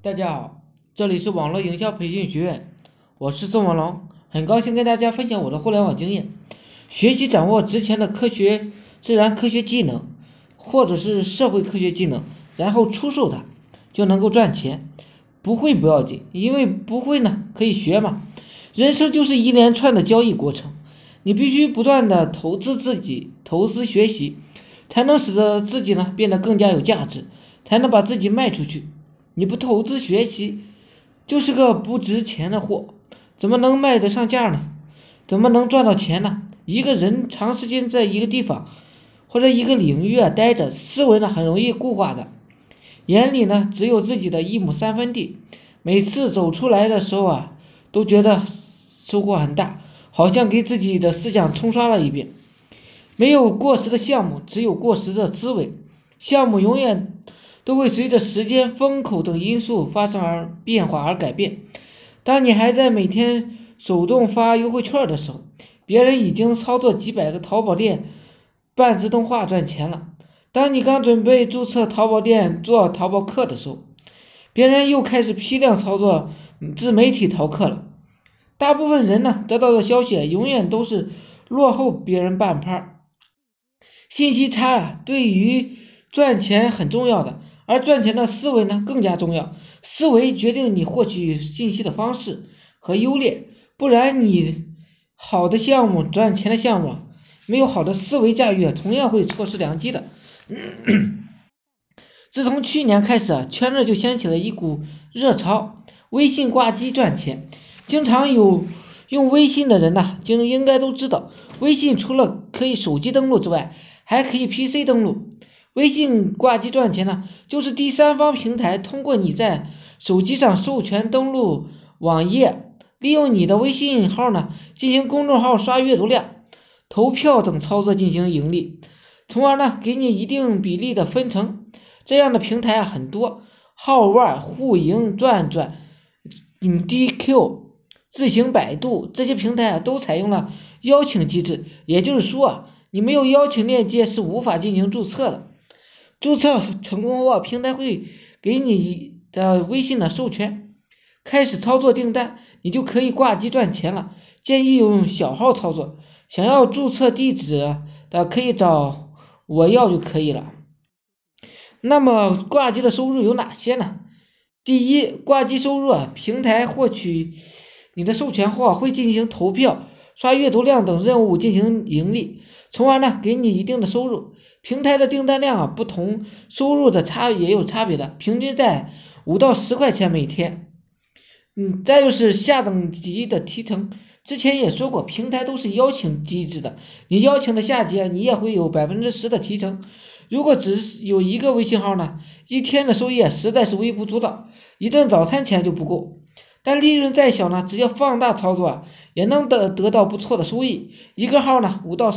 大家好，这里是网络营销培训学院，我是宋文龙，很高兴跟大家分享我的互联网经验。学习掌握之前的自然科学技能，或者是社会科学技能，然后出售它，就能够赚钱。不会不要紧，因为不会呢可以学嘛。人生就是一连串的交易过程，你必须不断的投资自己，投资学习，才能使得自己呢变得更加有价值，才能把自己卖出去。你不投资学习，就是个不值钱的货，怎么能卖得上价呢？怎么能赚到钱呢？一个人长时间在一个地方或者一个领域待着，思维呢很容易固化的，眼里呢只有自己的一亩三分地，每次走出来的时候都觉得收获很大，好像给自己的思想冲刷了一遍。没有过时的项目，只有过时的思维。项目永远都会随着时间、风口等因素发生变化而改变。当你还在每天手动发优惠券的时候，别人已经操作几百个淘宝店半自动化赚钱了。当你刚准备注册淘宝店做淘宝客的时候，别人又开始批量操作自媒体淘客了。大部分人呢得到的消息永远都是落后别人半拍。信息差对于赚钱很重要的，而赚钱的思维呢更加重要。思维决定你获取信息的方式和优劣，不然你好的项目赚钱的项目没有好的思维驾驭，同样会错失良机的。自从去年开始圈内就掀起了一股热潮，微信挂机赚钱。经常有用微信的人应该都知道，微信除了可以手机登录之外，还可以 PC 登录。微信挂机赚钱就是第三方平台通过你在手机上授权登录网页，利用你的微信号进行公众号刷阅读量、投票等操作进行盈利，从而给你一定比例的分成。这样的平台很多，号外、互赢、转转、DQ、自行百度这些平台都采用了邀请机制，也就是说你没有邀请链接是无法进行注册的。注册成功后平台会给你的微信授权，开始操作订单，你就可以挂机赚钱了。建议用小号操作，想要注册地址的可以找我要就可以了。那么挂机的收入有哪些呢？第一，挂机收入平台获取你的授权后会进行投票、刷阅读量等任务进行盈利，从而给你一定的收入。平台的订单量不同，收入的也有差别的，平均在5到10块钱每天。再就是下等级的提成，之前也说过，平台都是邀请机制的，你邀请的下级你也会有10%的提成。如果只有一个微信号一天的收益实在是微不足道，一顿早餐钱就不够。但利润再小只要放大操作也能得到不错的收益。一个号5到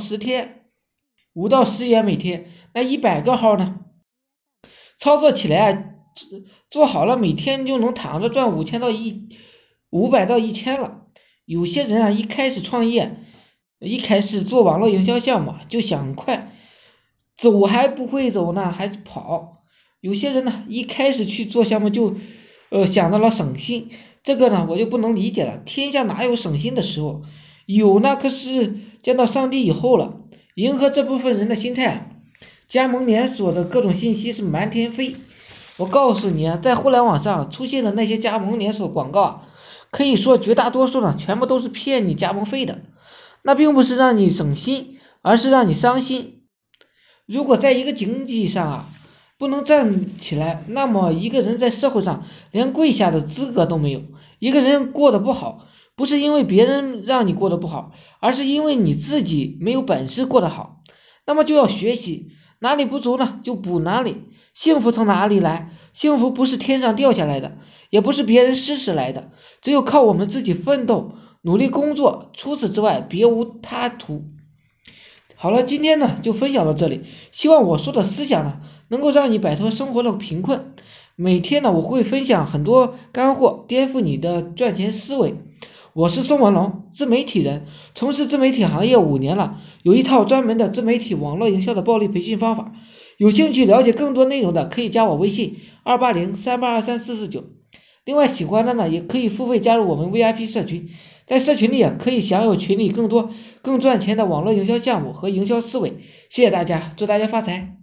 10元每天，那100个号操作起来做好了，每天就能躺着赚500到1000了。有些人一开始创业，一开始做网络营销项目就想快，走还不会走还是跑。有些人一开始去做项目就想到了省心，这个我就不能理解了。天下哪有省心的时候？有可是见到上帝以后了。迎合这部分人的心态加盟连锁的各种信息是满天飞。我告诉你在互联网上出现的那些加盟连锁广告可以说绝大多数全部都是骗你加盟费的，那并不是让你省心，而是让你伤心。如果在一个经济上不能站起来，那么一个人在社会上连跪下的资格都没有。一个人过得不好，不是因为别人让你过得不好，而是因为你自己没有本事过得好。那么就要学习，哪里不足就补哪里。幸福从哪里来？幸福不是天上掉下来的，也不是别人施舍来的，只有靠我们自己奋斗努力工作，除此之外别无他途。好了，今天就分享到这里，希望我说的思想能够让你摆脱生活的贫困。每天我会分享很多干货，颠覆你的赚钱思维。我是宋文龙，自媒体人，从事自媒体行业5年了，有一套专门的自媒体网络营销的暴力培训方法。有兴趣了解更多内容的，可以加我微信280-382-3449。 另外喜欢的呢，也可以付费加入我们 VIP 社群，在社群里可以享有群里更多更赚钱的网络营销项目和营销思维。谢谢大家，祝大家发财。